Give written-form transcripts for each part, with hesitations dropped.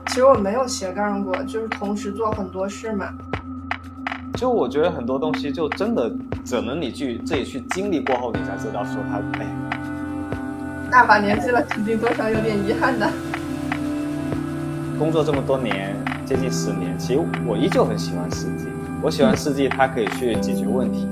其实我没有斜杠过，就是同时做很多事嘛。 就我觉得很多东西就真的只能你自己去经历过后，你才知道说它， 大把年纪了，肯定多少有点遗憾的。 工作这么多年，接近10年，其实我依旧很喜欢设计。我喜欢设计，它可以去解决问题。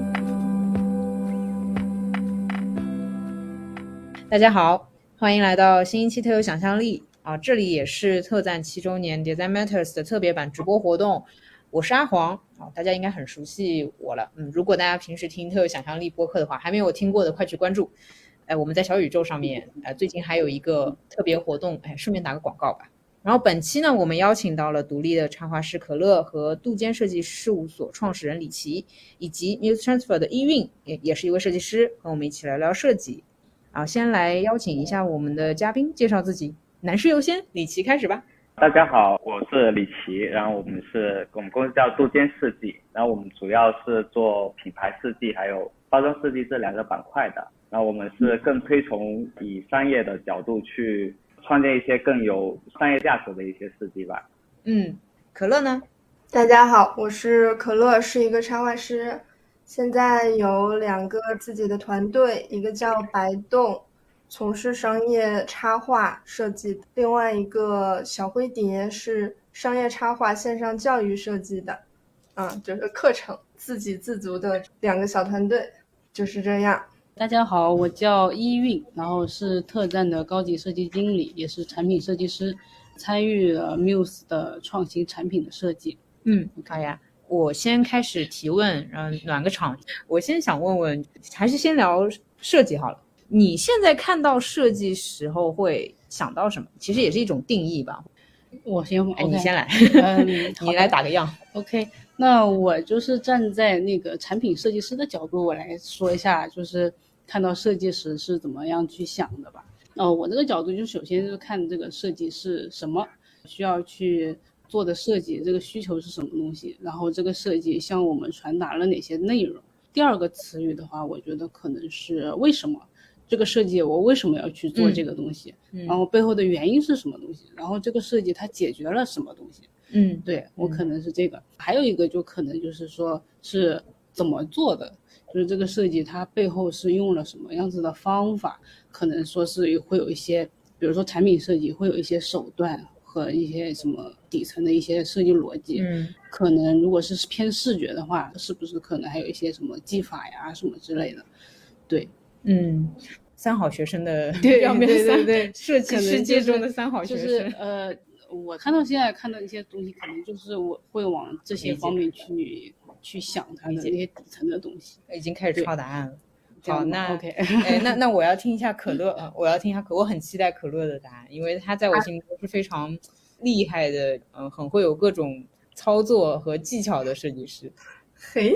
大家好，欢迎来到新一期特有想象力啊！这里也是特赞7周年 Design Matters 的特别版直播活动。我是阿黄啊，大家应该很熟悉我了。如果大家平时听特有想象力播客的话，还没有听过的，快去关注。我们在小宇宙上面，最近还有一个特别活动，顺便打个广告吧。然后本期呢，我们邀请到了独立的插画师可乐和杜坚设计事务所创始人李琦，以及 Muse Transfer 的易韵，也是一位设计师，和我们一起聊聊设计。先来邀请一下我们的嘉宾介绍自己，男士优先，李琦开始吧。 大家好，我是李琦，然后我们公司叫杜坚设计，然后我们主要是做品牌设计还有包装设计这2个板块的，然后我们是更推崇以商业的角度去创建一些更有商业价值的一些设计吧。 可乐呢？ 大家好，我是可乐，是一个插画师，现在有2个自己的团队，一个叫白洞，从事商业插画设计，另外一个小灰蝶是商业插画线上教育设计的，就是课程，自给自足的2个小团队，就是这样。 大家好，我叫易韵，然后是特赞的高级设计经理，也是产品设计师，参与了 Muse 的创新产品的设计。 好呀，我先开始提问，暖个场。我先想问问，还是先聊设计好了。你现在看到设计时候会想到什么？其实也是一种定义吧。 我先你先来，你来打个样。 OK， 那我就是站在那个产品设计师的角度，我来说一下，就是看到设计时是怎么样去想的吧。我这个角度就首先就是看这个设计是什么，需要去做的设计，这个需求是什么东西，然后这个设计向我们传达了哪些内容。第二个词语的话，我觉得可能是为什么。这个设计我为什么要去做这个东西，然后背后的原因是什么东西，然后这个设计它解决了什么东西。对，我可能是这个。还有一个就可能就是说是怎么做的，就是这个设计它背后是用了什么样子的方法，可能说是会有一些，比如说产品设计会有一些手段和一些什么底层的一些设计逻辑。可能如果是偏视觉的话，是不是可能还有一些什么技法呀什么之类的。对， 三好学生的对， 设计世界中的三好学生， 我看到现在看到一些东西，可能就是我会往这些方面去想它的那些底层的东西。 已经开始抄答案了。好，那 OK， 那我要听一下可乐我很期待可乐的答案，因为他在我心中是非常厉害的，很会有各种操作和技巧的设计师。 嘿，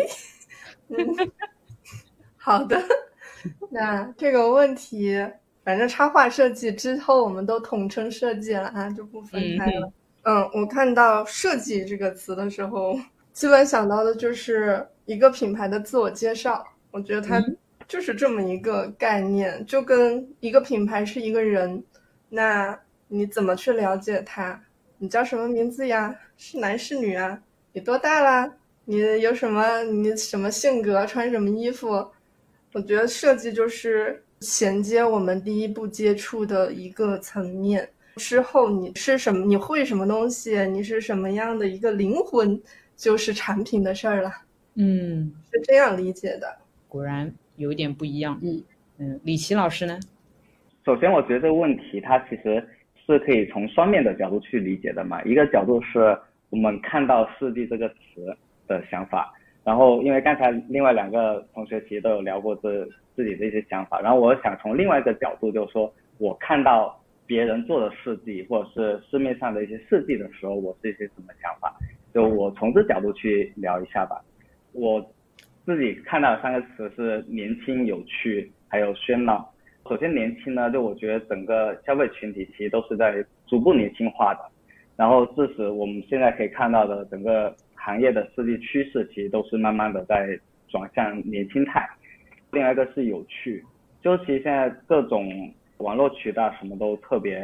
好的。那这个问题，反正插画设计之后我们都统称设计了啊，就不分开了。我看到设计这个词的时候，基本想到的就是一个品牌的自我介绍。我觉得它就是这么一个概念，就跟一个品牌是一个人，那你怎么去了解他？你叫什么名字呀？是男是女啊？你多大啦？你什么性格？穿什么衣服？我觉得设计就是衔接我们第一步接触的一个层面，之后你是什么，你会什么东西，你是什么样的一个灵魂，就是产品的事儿了。是这样理解的。 果然有一点不一样。李琦老师呢？ 首先我觉得这个问题它其实是可以从双面的角度去理解的嘛。一个角度是我们看到设计这个词的想法，然后因为刚才另外2个同学其实都有聊过自己的一些想法，然后我想从另外一个角度，就是说我看到别人做的设计或者是市面上的一些设计的时候，我是一些什么想法，就我从这角度去聊一下吧。我自己看到的3个词是年轻、有趣还有喧闹。首先年轻呢，就我觉得整个消费群体其实都是在逐步年轻化的，然后致使我们现在可以看到的整个行业的设计趋势其实都是慢慢的在转向年轻态。另外一个是有趣，就其实现在各种网络渠道什么都特别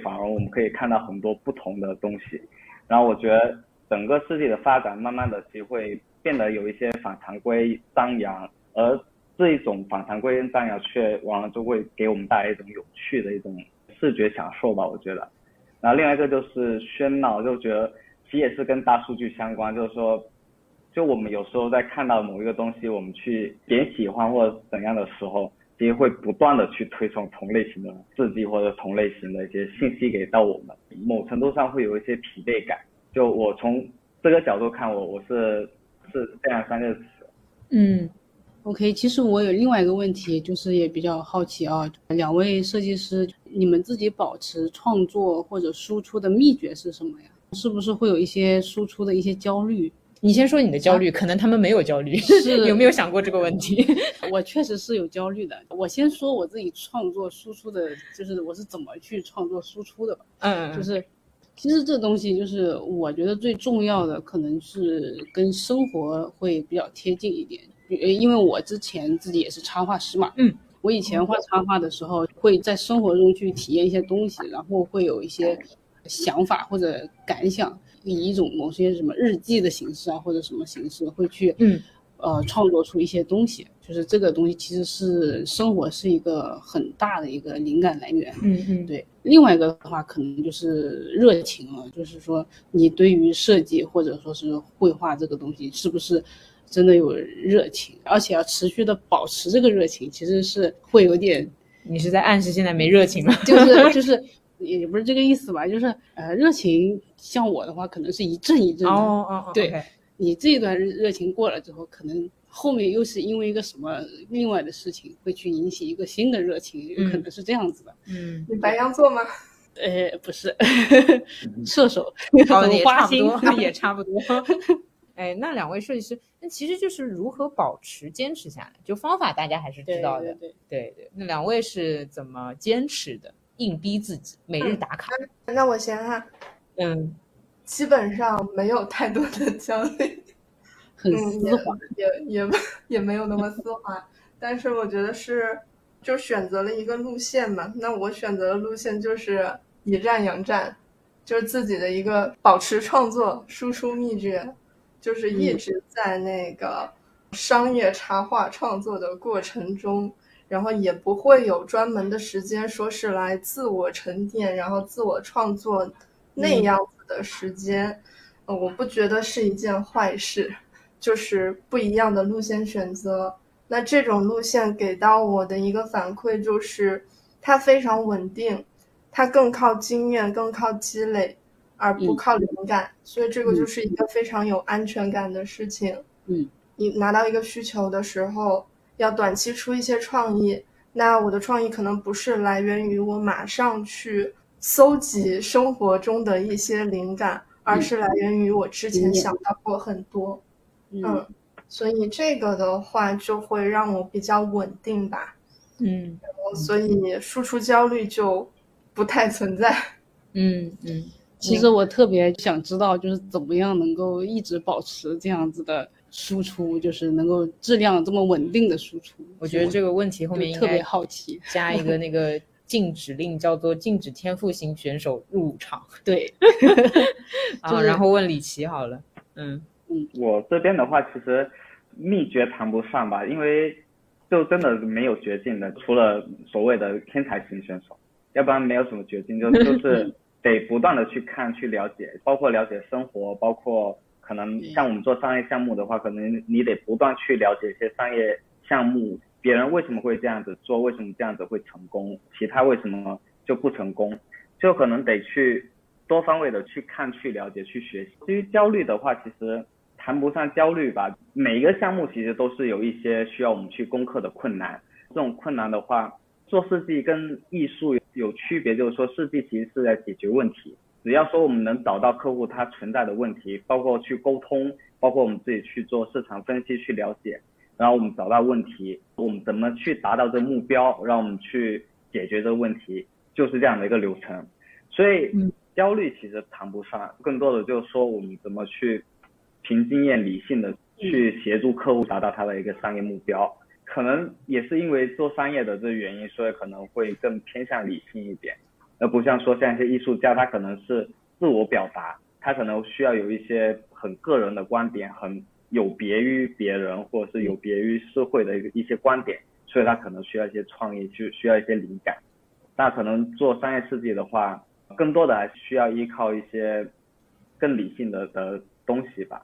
反而我们可以看到很多不同的东西。然后我觉得整个世纪的发展慢慢的其实会变得有一些反常规张扬，而这一种反常规跟张扬却往往就会给我们带来一种有趣的一种视觉享受吧，我觉得。然后另外一个就是喧闹，就觉得其实也是跟大数据相关，就是说就我们有时候在看到某一个东西我们去点喜欢或者怎样的时候，其实会不断的去推送同类型的事迹或者同类型的一些信息给到我们，某程度上会有一些疲惫感。就我从这个角度看，我是这样三个词。 OK， 其实我有另外一个问题，就是也比较好奇啊，两位设计师，你们自己保持创作或者输出的秘诀是什么呀？是不是会有一些输出的一些焦虑？ 你先说你的焦虑，可能他们没有焦虑， 是有没有想过这个问题？ 我确实是有焦虑的。我先说我自己创作输出的，就是我是怎么去创作输出的吧。就是其实这东西就是我觉得最重要的，可能是跟生活会比较贴近一点。因为我之前自己也是插画师嘛，我以前画插画的时候，会在生活中去体验一些东西，然后会有一些想法或者感想，以一种某些什么日记的形式啊，或者什么形式，会去创作出一些东西。就是这个东西其实是生活是一个很大的一个灵感来源。对。另外一个的话，可能就是热情了，就是说你对于设计或者说是绘画这个东西，是不是真的有热情，而且要持续的保持这个热情，其实是会有点。 你是在暗示现在没热情吗？ 就是也不是这个意思吧，就是热情像我的话，可能是一阵一阵的。对， okay. 你这一段热情过了之后，可能后面又是因为一个什么另外的事情，会去引起一个新的热情，有可能是这样子的。 你白羊座吗？ 不是，射手， 很花心， 也差不多。哎，那两位设计师，那其实就是如何保持坚持下来，就方法大家还是知道的。对。那两位是怎么坚持的？硬逼自己，每日打卡。 那我先哈。基本上没有太多的焦虑， 很丝滑， 也没有那么丝滑。但是我觉得就选择了一个路线嘛。那我选择的路线就是以战养战，就是自己的一个保持创作输出秘诀。就是一直在那个商业插画创作的过程中，然后也不会有专门的时间说是来自我沉淀然后自我创作那样子的时间。我不觉得是一件坏事，就是不一样的路线选择。那这种路线给到我的一个反馈就是它非常稳定，它更靠经验更靠积累而不靠灵感，所以这个就是一个非常有安全感的事情。你拿到一个需求的时候，要短期出一些创意，那我的创意可能不是来源于我马上去搜集生活中的一些灵感，而是来源于我之前想到过很多。所以这个的话就会让我比较稳定吧。所以输出焦虑就不太存在。 其实我特别想知道，就是怎么样能够一直保持这样子的输出，就是能够质量这么稳定的输出。 我觉得这个问题后面应该特别好奇， 加一个那个禁止令，叫做禁止天赋型选手入场。 对， 然后问李琦好了。 我这边的话，其实秘诀谈不上吧，因为就真的没有绝境的，除了所谓的天才型选手，要不然没有什么绝境，就是得不断的去看去了解，包括了解生活，包括可能像我们做商业项目的话，可能你得不断去了解一些商业项目，别人为什么会这样子做，为什么这样子会成功，其他为什么就不成功，就可能得去多方位的去看去了解去学习。至于焦虑的话，其实谈不上焦虑吧，每一个项目其实都是有一些需要我们去攻克的困难。这种困难的话，做设计跟艺术有区别，就是说设计其实是在解决问题，只要说我们能找到客户他存在的问题，包括去沟通，包括我们自己去做市场分析去了解，然后我们找到问题，我们怎么去达到这个目标，让我们去解决这个问题，就是这样的一个流程。所以焦虑其实谈不上，更多的就是说我们怎么去凭经验理性的去协助客户达到他的一个商业目标。可能也是因为做商业的这个原因，所以可能会更偏向理性一点。 而不像说像一些艺术家，他可能是自我表达，他可能需要有一些很个人的观点，很有别于别人或者是有别于社会的一些观点，所以他可能需要一些创意，需要一些灵感。那可能做商业设计的话，更多的还需要依靠一些更理性的东西吧。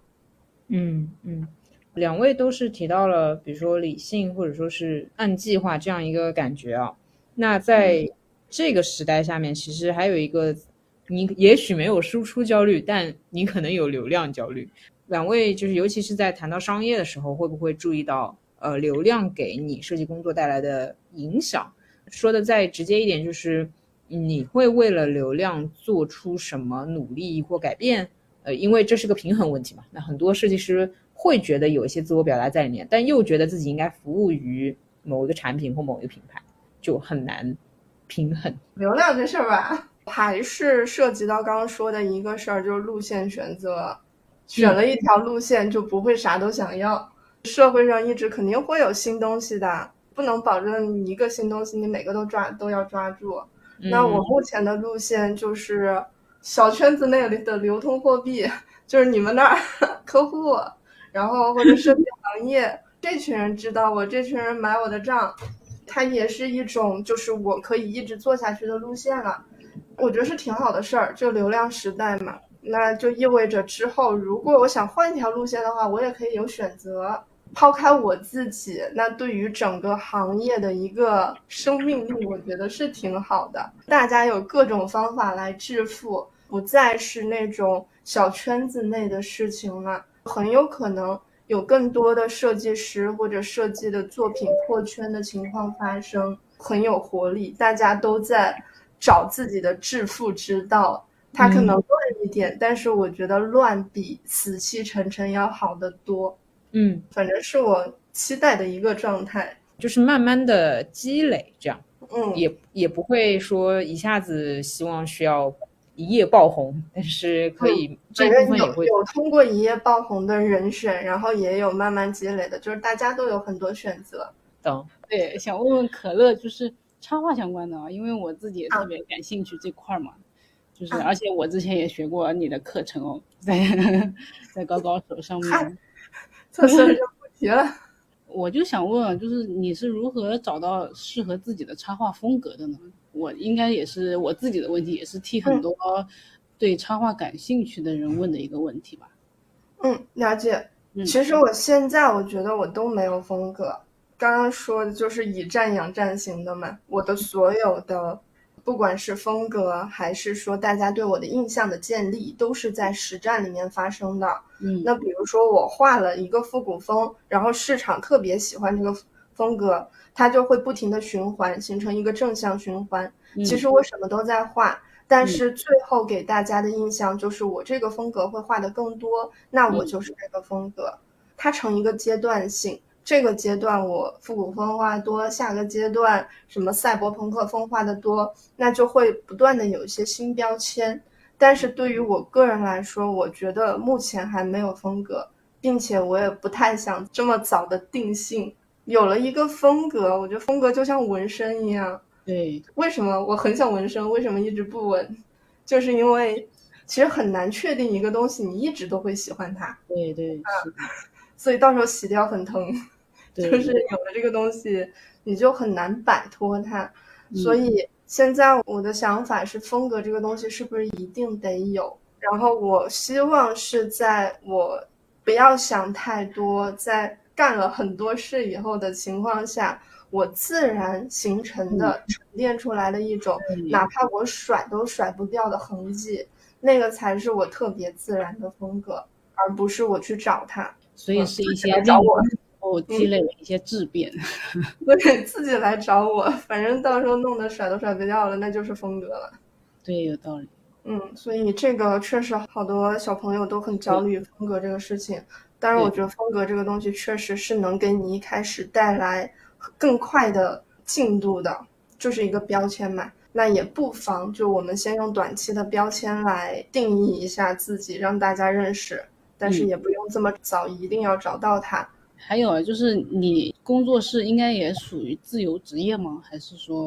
两位都是提到了比如说理性或者说是按计划这样一个感觉啊。那在这个时代下面，其实还有一个，你也许没有输出焦虑，但你可能有流量焦虑。两位就是尤其是在谈到商业的时候，会不会注意到流量给你设计工作带来的影响？说的再直接一点，就是你会为了流量做出什么努力或改变？因为这是个平衡问题嘛。那很多设计师会觉得有一些自我表达在里面，但又觉得自己应该服务于某一个产品或某一个品牌，就很难平衡。 流量这事儿吧，还是涉及到刚刚说的一个事儿，就是路线选择。选了一条路线就不会啥都想要。社会上一直肯定会有新东西的，不能保证一个新东西你每个都要抓住。那我目前的路线就是小圈子内的流通货币，就是你们那儿客户，然后或者设计行业，这群人知道我，这群人买我的账，它也是一种就是我可以一直做下去的路线了。我觉得是挺好的事儿，就流量时代嘛，那就意味着之后如果我想换一条路线的话，我也可以有选择。抛开我自己，那对于整个行业的一个生命力，我觉得是挺好的。大家有各种方法来致富，不再是那种小圈子内的事情了，很有可能有更多的设计师或者设计的作品破圈的情况发生，很有活力，大家都在找自己的致富之道。它可能乱一点，但是我觉得乱比死气沉沉要好得多。反正是我期待的一个状态， 就是慢慢的积累，这样，也不会说一下子希望需要一夜爆红，但是可以这部分也会有通过一夜爆红的人选，然后也有慢慢积累的，就是大家都有很多选择。 对，想问问可乐，就是插画相关的啊，因为我自己也特别感兴趣这块嘛，就是而且我之前也学过你的课程哦，在高高手上面。 这事就不提了。 我就想问，就是你是如何找到适合自己的插画风格的呢？我应该也是我自己的问题，也是替很多对插画感兴趣的人问的一个问题吧。 了解。其实我现在我觉得我都没有风格，刚刚说的就是以战养战型的嘛。我的所有的不管是风格还是说大家对我的印象的建立，都是在实战里面发生的。那比如说我画了一个复古风，然后市场特别喜欢这个风格，它就会不停的循环，形成一个正向循环。其实我什么都在画，但是最后给大家的印象就是我这个风格会画的更多，那我就是这个风格。它成一个阶段性，这个阶段我复古风画多，下个阶段什么赛博朋克风画的多，那就会不断的有一些新标签。但是对于我个人来说，我觉得目前还没有风格，并且我也不太想这么早的定性。有了一个风格，我觉得风格就像纹身一样。 对， 为什么我很想纹身，为什么一直不纹？就是因为其实很难确定一个东西你一直都会喜欢它。 对对，是的。 所以到时候洗掉很疼。就是有了这个东西你就很难摆脱它。所以现在我的想法是，风格这个东西是不是一定得有，然后我希望是在我不要想太多，在干了很多事以后的情况下，我自然形成的沉淀出来的一种哪怕我甩都甩不掉的痕迹，那个才是我特别自然的风格，而不是我去找它。 所以是一些找我积累了一些质变。 对，自己来找我，反正到时候弄得甩都甩不掉了，那就是风格了。 对，有道理。 所以这个确实好多小朋友都很焦虑风格这个事情。当然我觉得风格这个东西确实是能给你一开始带来更快的进度的，就是一个标签嘛。那也不妨就我们先用短期的标签来定义一下自己，让大家认识，但是也不用这么早一定要找到它。 还有就是你工作室应该也属于自由职业吗？还是说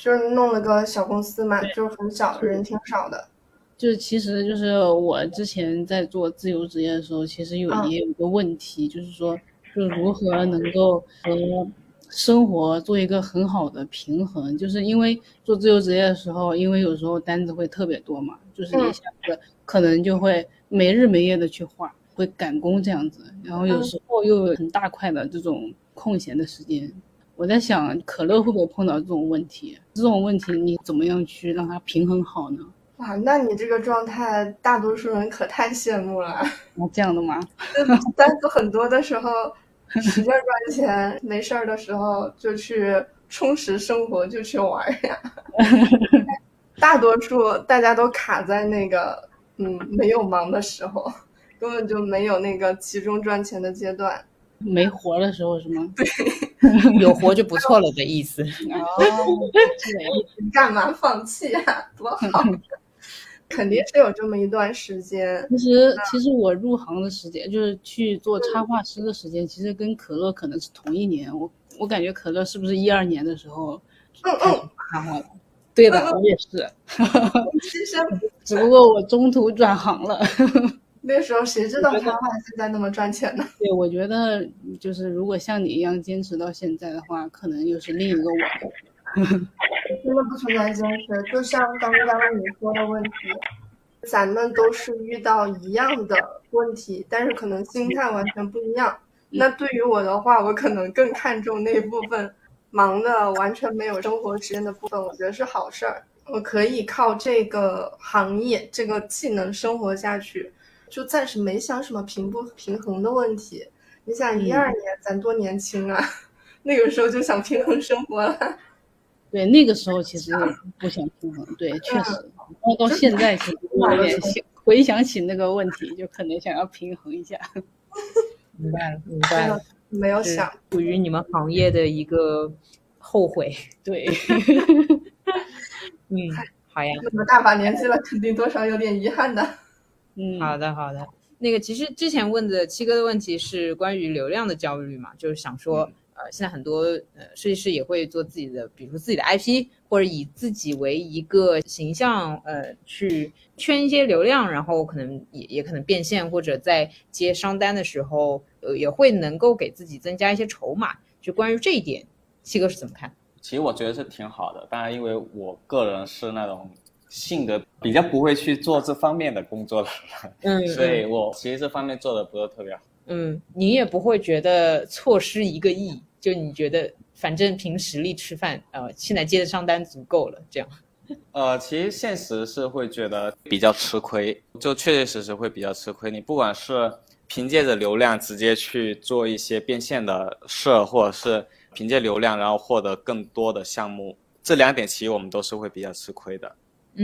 就是弄了个小公司嘛，就是很小，人挺少的。 就是其实就是我之前在做自由职业的时候，其实也有一个问题，就是说就如何能够和生活做一个很好的平衡。就是因为做自由职业的时候，因为有时候单子会特别多嘛，就是一下子可能就会没日没夜的去画，会赶工这样子，然后有时候又有很大块的这种空闲的时间。我在想可乐会不会碰到这种问题？这种问题你怎么样去让它平衡好呢？ 哇，那你这个状态，大多数人可太羡慕了。 这样的吗？ 单子很多的时候，使劲赚钱，没事儿的时候就去充实生活，就去玩呀。大多数大家都卡在那个没有忙的时候，根本就没有那个集中赚钱的阶段。 没活的时候是吗？ 对， 有活就不错了的意思。 干嘛放弃呀？多好！肯定是有这么一段时间。 其实我入行的时间，就是去做插画师的时间，其实跟可乐可能是同一年。我感觉可乐是不是12年的时候开始插画了？对吧？我也是。 其实只不过我中途转行了。 那时候谁知道插画现在那么赚钱呢？ 对，我觉得就是如果像你一样坚持到现在的话，可能又是另一个我。 真的不存在坚持，就像刚刚你说的问题，咱们都是遇到一样的问题，但是可能心态完全不一样。那对于我的话，我可能更看重那部分忙的完全没有生活时间的部分，我觉得是好事儿。我可以靠这个行业这个技能生活下去，就暂时没想什么平不平衡的问题。你想12年咱多年轻啊，那个时候就想平衡生活了。 对，那个时候其实不想平衡，对，确实。然后到现在其实有点回想起那个问题，就可能想要平衡一下。 明白了， 没有想， 属于你们行业的一个后悔。 对。 好呀。 那么大把年纪了，肯定多少有点遗憾的。 好的。那个其实之前问的七哥的问题是关于流量的焦虑嘛，就是想说现在很多设计师也会做自己的，比如说自己的 IP， 或者以自己为一个形象去圈一些流量，然后可能也可能变现，或者在接商单的时候也会能够给自己增加一些筹码。就关于这一点，七哥是怎么看？ 其实我觉得是挺好的，当然因为我个人是那种性格比较不会去做这方面的工作的人，所以我其实这方面做的不是特别好。 你也不会觉得错失1个亿，就你觉得反正凭实力吃饭，现在接的上单足够了，这样。 其实现实是会觉得比较吃亏，就确实会比较吃亏。你不管是凭借着流量直接去做一些变现的事，或者是凭借流量然后获得更多的项目，这2点其实我们都是会比较吃亏的。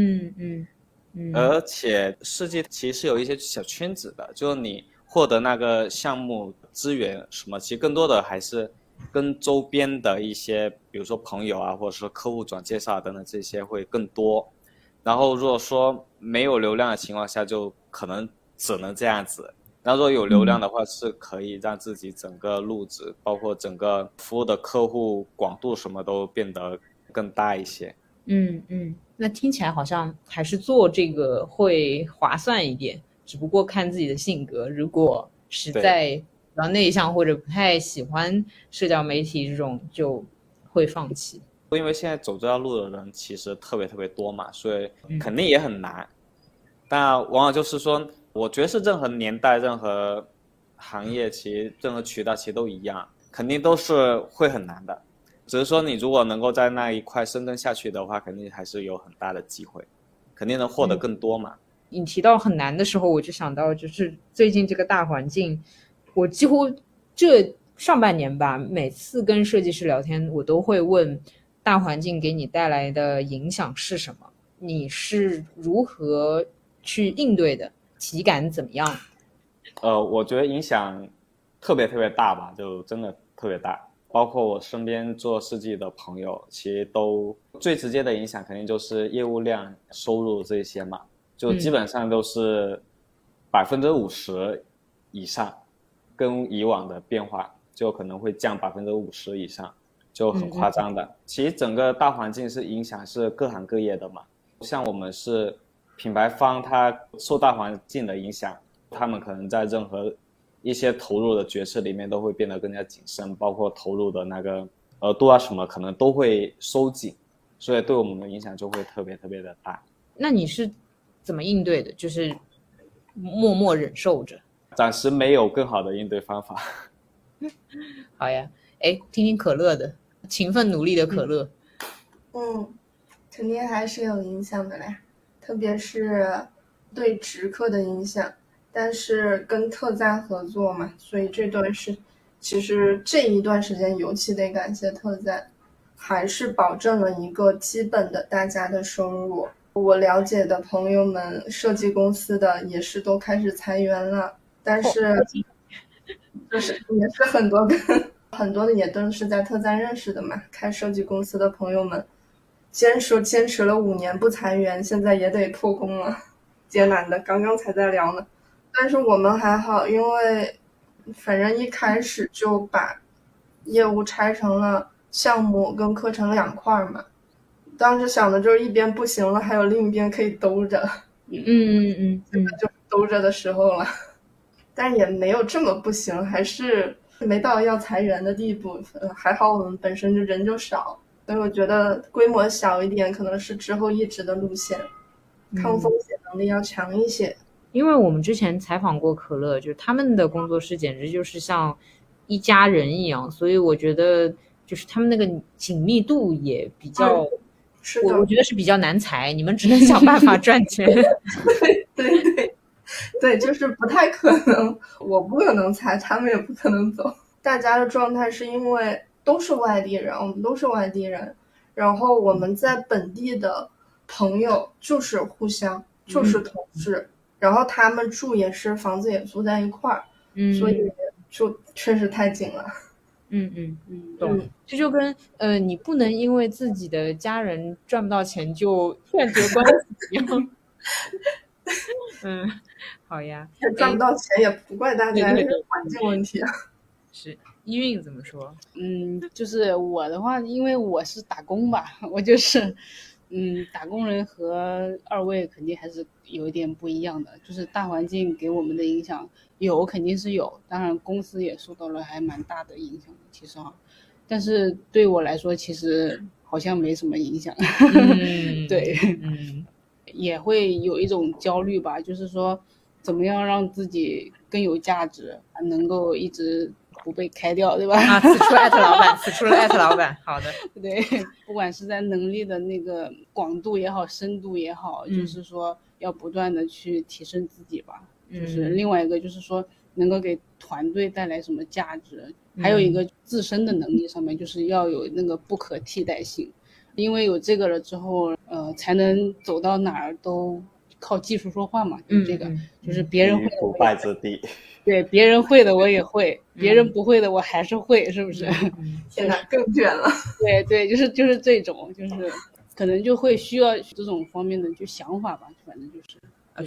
而且设计其实是有一些小圈子的，就是你获得那个项目资源什么，其实更多的还是跟周边的一些比如说朋友啊，或者说客户转介绍等等这些会更多。然后如果说没有流量的情况下，就可能只能这样子。然后如果有流量的话，是可以让自己整个路子包括整个服务的客户广度什么都变得更大一些。 那听起来好像还是做这个会划算一点，只不过看自己的性格，如果实在比较内向或者不太喜欢社交媒体这种，就会放弃。 因为现在走这条路的人其实特别特别多嘛，所以肯定也很难。但往往就是说，我觉得是任何年代任何行业其实任何渠道其实都一样，肯定都是会很难的。只是说你如果能够在那一块深耕下去的话，肯定还是有很大的机会，肯定能获得更多嘛。 你提到很难的时候，我就想到就是最近这个大环境，我几乎这上半年吧，每次跟设计师聊天，我都会问大环境给你带来的影响是什么，你是如何去应对的，体感怎么样？ 我觉得影响特别特别大吧，就真的特别大。包括我身边做设计的朋友，其实都最直接的影响肯定就是业务量、收入这些嘛，就基本上都是50%以上，跟以往的变化就可能会降50%以上， 就很夸张的。其实整个大环境是影响是各行各业的嘛，像我们是品牌方，它受大环境的影响，他们可能在任何一些投入的决策里面都会变得更加谨慎，包括投入的那个额度啊什么可能都会收紧，所以对我们的影响就会特别特别的大。 那你是怎么应对的？就是默默忍受着？ 暂时没有更好的应对方法。 好呀，哎，听听可乐的，勤奋努力的可乐。 肯定还是有影响的嘞，特别是对直客的影响。但是跟特赞合作嘛，所以其实这一段时间尤其得感谢特赞，还是保证了一个基本的大家的收入。我了解的朋友们，设计公司的也是都开始裁员了，但是就是也是很多的也都是在特赞认识的嘛，开设计公司的朋友们坚持了5年不裁员，现在也得破功了，艰难的，刚刚才在聊呢。但是我们还好，因为反正一开始就把业务拆成了项目跟课程2块嘛，当时想的就是一边不行了，还有另一边可以兜着。就兜着的时候了，但也没有这么不行，还是没到要裁员的地步。还好我们本身就人就少，所以我觉得规模小一点可能是之后一直的路线，抗风险能力要强一些。 因为我们之前采访过可乐，就是他们的工作室简直就是像一家人一样，所以我觉得就是他们那个紧密度也比较，我觉得是比较难裁，你们只能想办法赚钱。 对，就是不太可能，我不可能裁，他们也不可能走。大家的状态是因为都是外地人，我们都是外地人，然后我们在本地的朋友就是互相就是同事，然后他们住也是房子也租在一块儿，所以就确实太紧了。 懂。这就跟你不能因为自己的家人赚不到钱就断绝关系一样。好呀， 赚不到钱也不怪大家，是环境问题啊。 是依韵怎么说？ 就是我的话，因为我是打工吧，我就是打工人和二位肯定还是有一点不一样的，就是大环境给我们的影响肯定是有，当然公司也受到了还蛮大的影响的，其实但是对我来说其实好像没什么影响。对，也会有一种焦虑吧，就是说怎么样让自己更有价值，能够一直不被开掉，对吧？ 此处艾特老板，此处艾特老板。好的， 对，不管是在能力的那个广度也好，深度也好，就是说要不断的去提升自己吧。就是另外一个就是说能够给团队带来什么价值，还有一个自身的能力上面就是要有那个不可替代性。因为有这个了之后，才能走到哪儿都靠技术说话嘛。这个就是别人会的不败之地。 对，别人会的我也会，别人不会的我还是会，是不是？ 天哪，更卷了。 对，就是这种，就是可能就会需要这种方面的就想法吧，反正就是。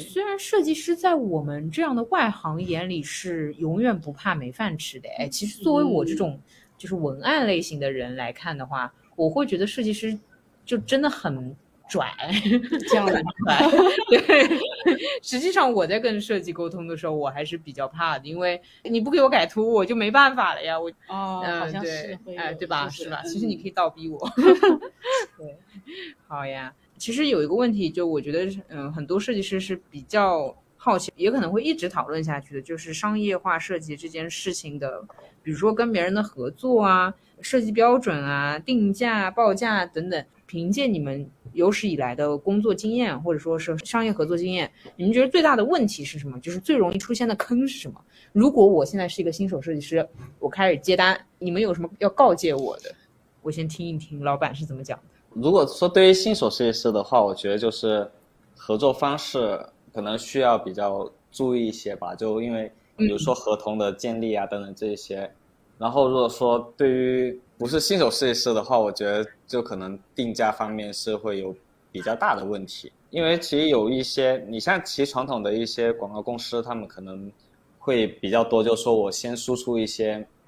虽然设计师在我们这样的外行眼里是永远不怕没饭吃的，其实作为我这种就是文案类型的人来看的话，我会觉得设计师就真的很拽， 这样的拽。对，实际上我在跟设计沟通的时候，我还是比较怕的，因为你不给我改图，我就没办法了呀。 好像是会对吧？是吧？其实你可以倒逼我。对，好呀。其实有一个问题，就我觉得，很多设计师是比较好奇，也可能会一直讨论下去的，就是商业化设计这件事情的，比如说跟别人的合作啊、设计标准啊、定价、报价等等。凭借你们有史以来的工作经验，或者说是商业合作经验，你们觉得最大的问题是什么？就是最容易出现的坑是什么？如果我现在是一个新手设计师，我开始接单，你们有什么要告诫我的？我先听一听老板是怎么讲的。 如果说对于新手设计师的话，我觉得就是合作方式可能需要比较注意一些吧，就因为比如说合同的建立啊等等这些。然后如果说对于不是新手设计师的话，我觉得就可能定价方面是会有比较大的问题，因为其实有一些你像其传统的一些广告公司，他们可能会比较多，就是说我先输出一些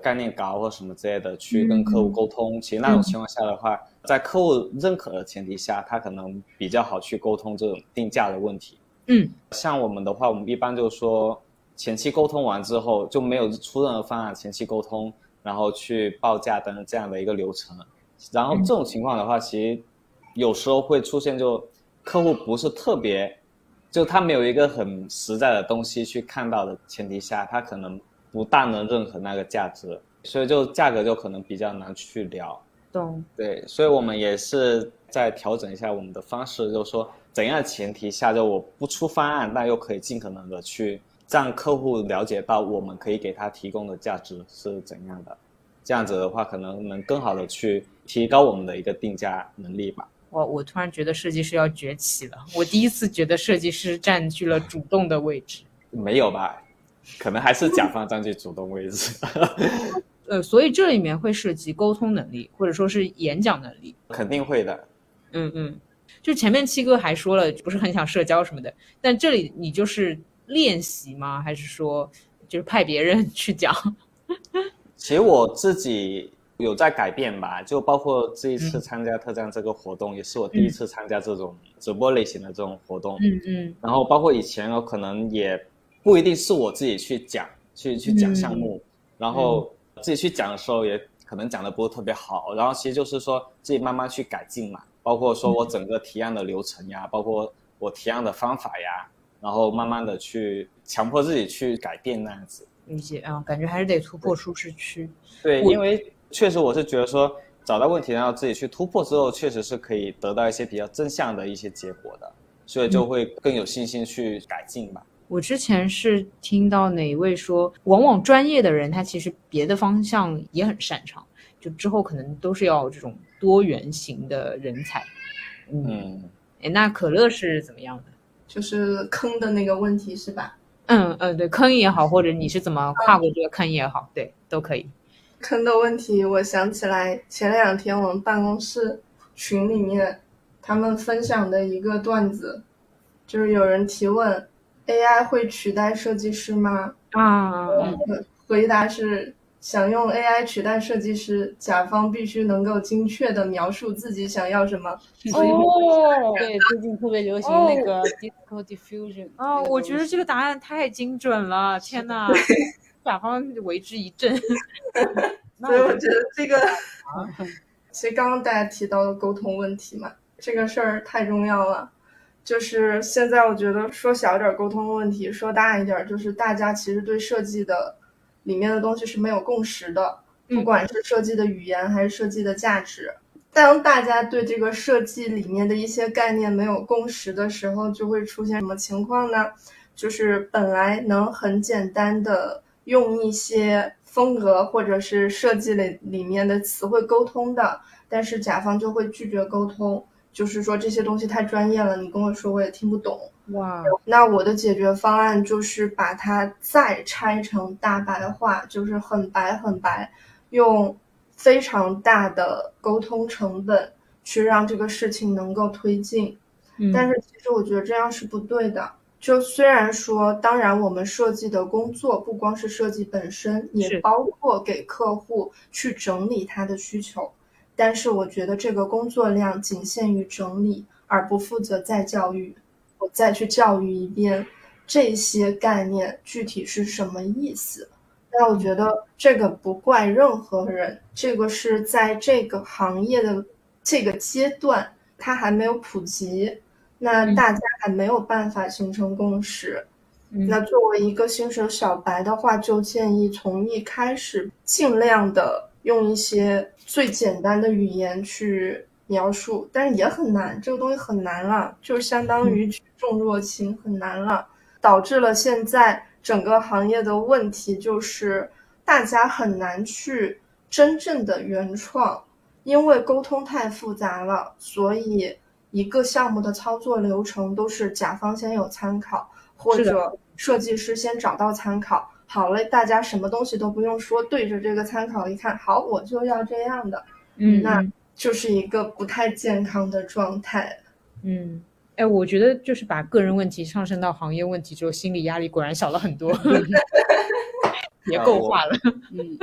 概念稿或什么之类的去跟客户沟通，其实那种情况下的话，在客户认可的前提下，他可能比较好去沟通这种定价的问题。像我们的话，我们一般就是说前期沟通完之后就没有出任何方案，前期沟通然后去报价等这样的一个流程。然后这种情况的话，其实有时候会出现就客户不是特别，就他没有一个很实在的东西去看到的前提下，他可能不大能认可那个价值，所以就价格就可能比较难去聊。 懂。 对，所以我们也是在调整一下我们的方式，就是说怎样的前提下，就我不出方案，但又可以尽可能的去让客户了解到我们可以给他提供的价值是怎样的，这样子的话可能能更好的去提高我们的一个定价能力吧。 我突然觉得设计师要崛起了，我第一次觉得设计师占据了主动的位置。 没有吧，可能还是甲方占据主动位置。 所以这里面会涉及沟通能力，或者说是演讲能力。 肯定会的。 就前面七哥还说了不是很想社交什么的，但这里你就是练习吗？还是说就是派别人去讲？ 其实我自己有在改变吧，就包括这一次参加特展这个活动，也是我第一次参加这种直播类型的这种活动。然后包括以前有可能也不一定是我自己去讲去讲项目，然后自己去讲的时候也可能讲的不是特别好，然后其实就是说自己慢慢去改进嘛，包括说我整个提案的流程呀，包括我提案的方法呀，然后慢慢的去强迫自己去改变那样子。 理解啊，感觉还是得突破舒适区。 对，因为确实我是觉得说找到问题然后自己去突破之后，确实是可以得到一些比较正向的一些结果的，所以就会更有信心去改进吧。 我之前是听到哪一位说，往往专业的人他其实别的方向也很擅长，就之后可能都是要这种多元型的人才。那可乐是怎么样的？ 就是坑的那个问题是吧？ 对，坑也好，或者你是怎么跨过这个坑也好，对，都可以。 坑的问题，我想起来前2天我们办公室群里面他们分享的一个段子，就是有人提问 AI 会取代设计师吗？回答是想用 AI 取代设计师，甲方必须能够精确地描述自己想要什么。 对，最近特别流行那个 Disco Diffusion。 我觉得这个答案太精准了，天哪！甲方为之一振。 所以我觉得这个，其实刚刚大家提到的沟通问题嘛，这个事儿太重要了。就是现在我觉得说小一点沟通的问题，说大一点就是大家其实对设计的里面的东西是没有共识的，不管是设计的语言还是设计的价值。当大家对这个设计里面的一些概念没有共识的时候，就会出现什么情况呢？就是本来能很简单的用一些风格或者是设计里面的词汇沟通的，但是甲方就会拒绝沟通，就是说这些东西太专业了，你跟我说我也听不懂。 哇， 那我的解决方案就是把它再拆成大白话，就是很白很白，用非常大的沟通成本去让这个事情能够推进。但是其实我觉得这样是不对的。就虽然说当然我们设计的工作不光是设计本身，也包括给客户去整理他的需求，但是我觉得这个工作量仅限于整理，而不负责再教育。我再去教育一遍这些概念具体是什么意思。那我觉得这个不怪任何人，这个是在这个行业的这个阶段它还没有普及，那大家还没有办法形成共识。那作为一个新手小白的话，就建议从一开始尽量的用一些最简单的语言去描述，但是也很难，这个东西很难了，就相当于举重若轻，很难了，导致了现在整个行业的问题就是大家很难去真正的原创，因为沟通太复杂了，所以一个项目的操作流程都是甲方先有参考，或者设计师先找到参考，好了，大家什么东西都不用说，对着这个参考一看，好，我就要这样的。那就是一个不太健康的状态。 我觉得就是把个人问题上升到行业问题之后，心理压力果然小了很多。别构化了。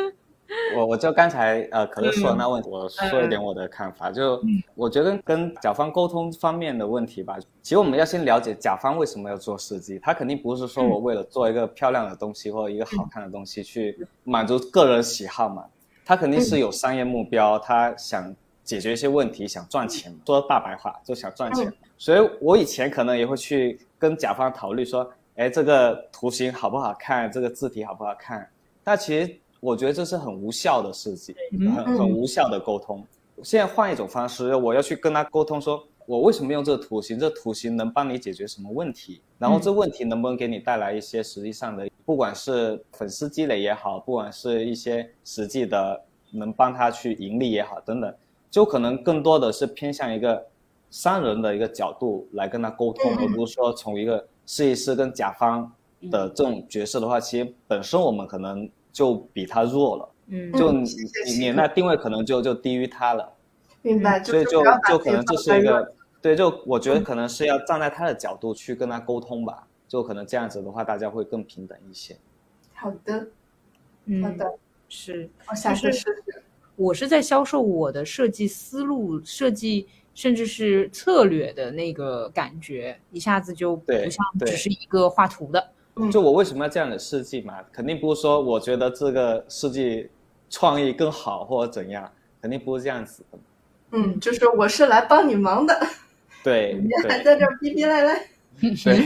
我就刚才可乐说的那问题，我说一点我的看法。就我觉得跟甲方沟通方面的问题吧，其实我们要先了解甲方为什么要做设计。他肯定不是说我为了做一个漂亮的东西或者一个好看的东西去满足个人喜好嘛，他肯定是有商业目标，他想解决一些问题，想赚钱，说大白话就想赚钱。所以我以前可能也会去跟甲方讨论说，哎，这个图形好不好看，这个字体好不好看，但其实我觉得这是很无效的设计，很无效的沟通。现在换一种方式，我要去跟他沟通说，我为什么用这个图形，这图形能帮你解决什么问题，然后这问题能不能给你带来一些实际上的，不管是粉丝积累也好，不管是一些实际的能帮他去盈利也好等等，就可能更多的是偏向一个商人的一个角度来跟他沟通，而不是说从一个设计师跟甲方的这种角色的话，其实本身我们可能就比他弱了，就你那定位可能就低于他了， 明白？ 所以就可能这是一个对，就我觉得可能是要站在他的角度去跟他沟通吧，就可能这样子的话，大家会更平等一些。 好的，好的， 是， 我下次试试。 我是在销售我的设计思路、设计甚至是策略的那个感觉，一下子就不像只是一个画图的。 就我为什么要这样的设计嘛？肯定不是说我觉得这个设计创意更好或者怎样，肯定不是这样子的。 就是我是来帮你忙的。 对， 你还在这儿逼逼赖赖。 对。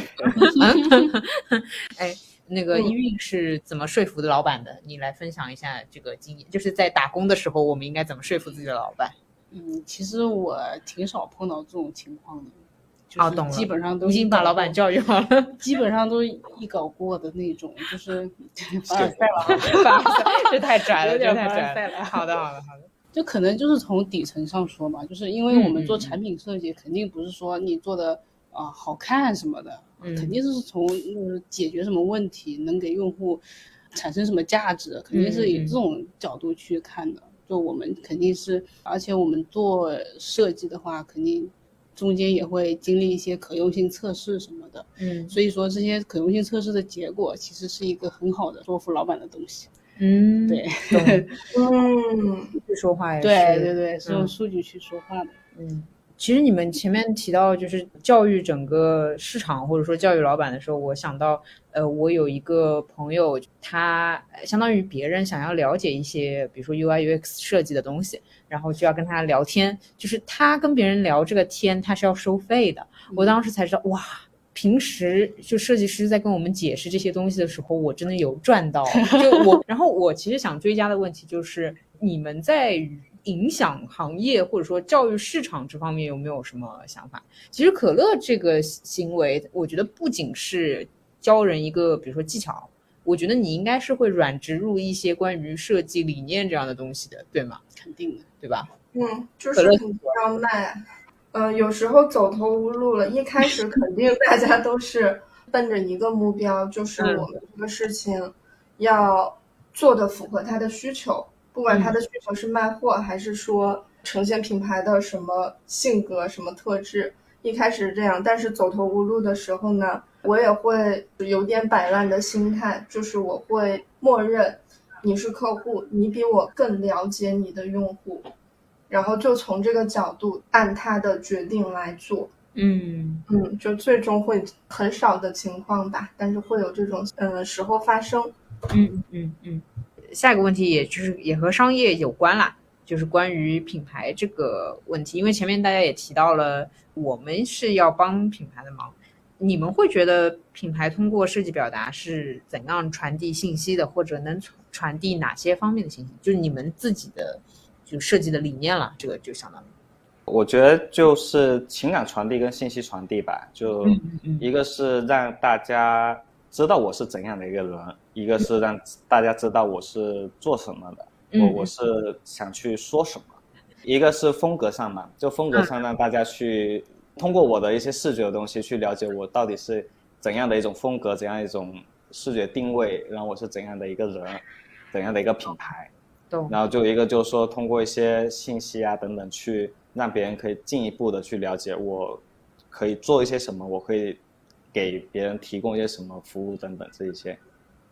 哎，那个一韵是怎么说服的老板的？你来分享一下这个经验，就是在打工的时候，我们应该怎么说服自己的老板？ 其实我挺少碰到这种情况的。 懂了， 基本上都已经把老板教育好了， 基本上都一搞过的那种，就是凡尔赛了， 这太拽了， 有点凡尔赛了。 好的， 就可能就是从底层上说嘛，就是因为我们做产品设计，肯定不是说你做的好看什么的，肯定是从解决什么问题，能给用户产生什么价值，肯定是以这种角度去看的。就我们肯定是，而且我们做设计的话，肯定中间也会经历一些可用性测试什么的，所以说这些可用性测试的结果其实是一个很好的说服老板的东西。对， 数据说话也是， 对，是用数据去说话的。 其实你们前面提到就是教育整个市场或者说教育老板的时候，我想到我有一个朋友，他相当于别人想要了解一些比如说 UI UX 设计的东西，然后就要跟他聊天，就是他跟别人聊这个天他是要收费的。我当时才知道，哇，平时就设计师在跟我们解释这些东西的时候，我真的有赚到。然后我其实想追加的问题就是，你们在影响行业或者说教育市场这方面有没有什么想法？其实可乐这个行为，我觉得不仅是教人一个比如说技巧，我觉得你应该是会软植入一些关于设计理念这样的东西的，对吗？ 肯定的， 对吧？ 就是肯定要卖。有时候走投无路了，一开始肯定大家都是奔着一个目标，就是我们这个事情要做的符合他的需求，不管他的需求是卖货还是说呈现品牌的什么性格什么特质，一开始是这样。但是走投无路的时候呢，我也会有点摆烂的心态，就是我会默认你是客户，你比我更了解你的用户，然后就从这个角度按他的决定来做。就最终会很少的情况吧，但是会有这种时候发生。 下一个问题也和商业有关啦，就是关于品牌这个问题，因为前面大家也提到了，我们是要帮品牌的忙。你们会觉得品牌通过设计表达是怎样传递信息的，或者能传递哪些方面的信息？就是你们自己的就设计的理念了，这个就相当于。 我觉得就是情感传递跟信息传递吧，就一个是让大家知道我是怎样的一个人，一个是让大家知道我是做什么的，我是想去说什么，一个是风格上嘛，就风格上让大家去通过我的一些视觉的东西去了解我到底是怎样的一种风格，怎样一种视觉定位，然后我是怎样的一个人，怎样的一个品牌。然后就一个就是说通过一些信息啊等等去让别人可以进一步的去了解我可以做一些什么，我可以给别人提供一些什么服务等等这一些。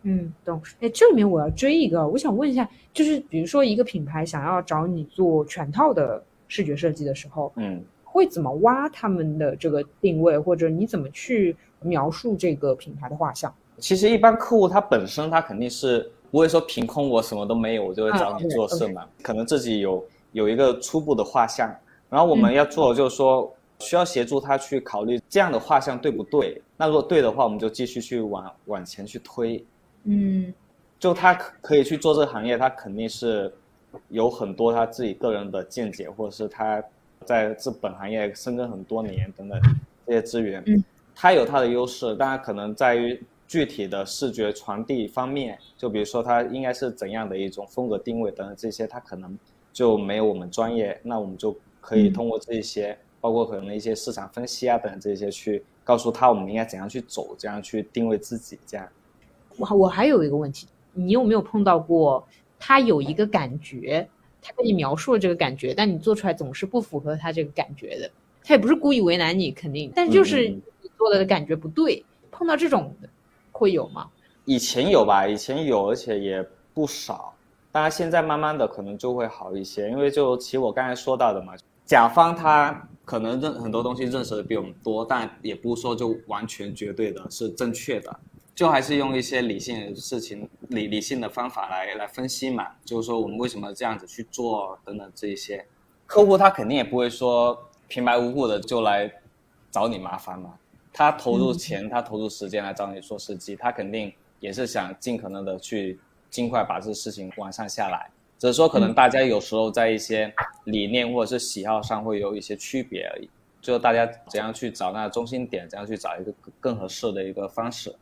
懂。哎，这里面我要追一个，我想问一下，就是比如说一个品牌想要找你做全套的视觉设计的时候，会怎么挖他们的这个定位，或者你怎么去描述这个品牌的画像？ 其实一般客户他本身他肯定是不会说凭空我什么都没有我就会找你做事嘛，可能自己有一个初步的画像，然后我们要做的就是说需要协助他去考虑这样的画像对不对，那如果对的话我们就继续去往前去推。就他可以去做这个行业，他肯定是有很多他自己个人的见解，或者是他在这本行业深耕很多年等等这些资源，他有他的优势，但他可能在于具体的视觉传递方面，就比如说他应该是怎样的一种风格定位等等这些，他可能就没有我们专业，那我们就可以通过这些，包括可能一些市场分析啊等等这些，去告诉他我们应该怎样去走，怎样去定位自己这样。 我还有一个问题，你有没有碰到过他有一个感觉，他跟你描述了这个感觉，但你做出来总是不符合他这个感觉的，他也不是故意为难你肯定，但是就是你做的感觉不对，碰到这种的会有吗？ 以前有吧，以前有，而且也不少，当然现在慢慢的可能就会好一些，因为就其实我刚才说到的嘛，甲方他可能很多东西认识的比我们多，但也不是说就完全绝对的是正确的，就还是用一些理性的事情理性的方法来分析嘛，就是说我们为什么这样子去做等等这一些，客户他肯定也不会说平白无故的就来找你麻烦嘛，他投入钱他投入时间来找你做设计，他肯定也是想尽可能的去尽快把这个事情完善下来，只是说可能大家有时候在一些理念或者是喜好上会有一些区别而已，就大家怎样去找那个中心点，怎样去找一个更合适的一个方式。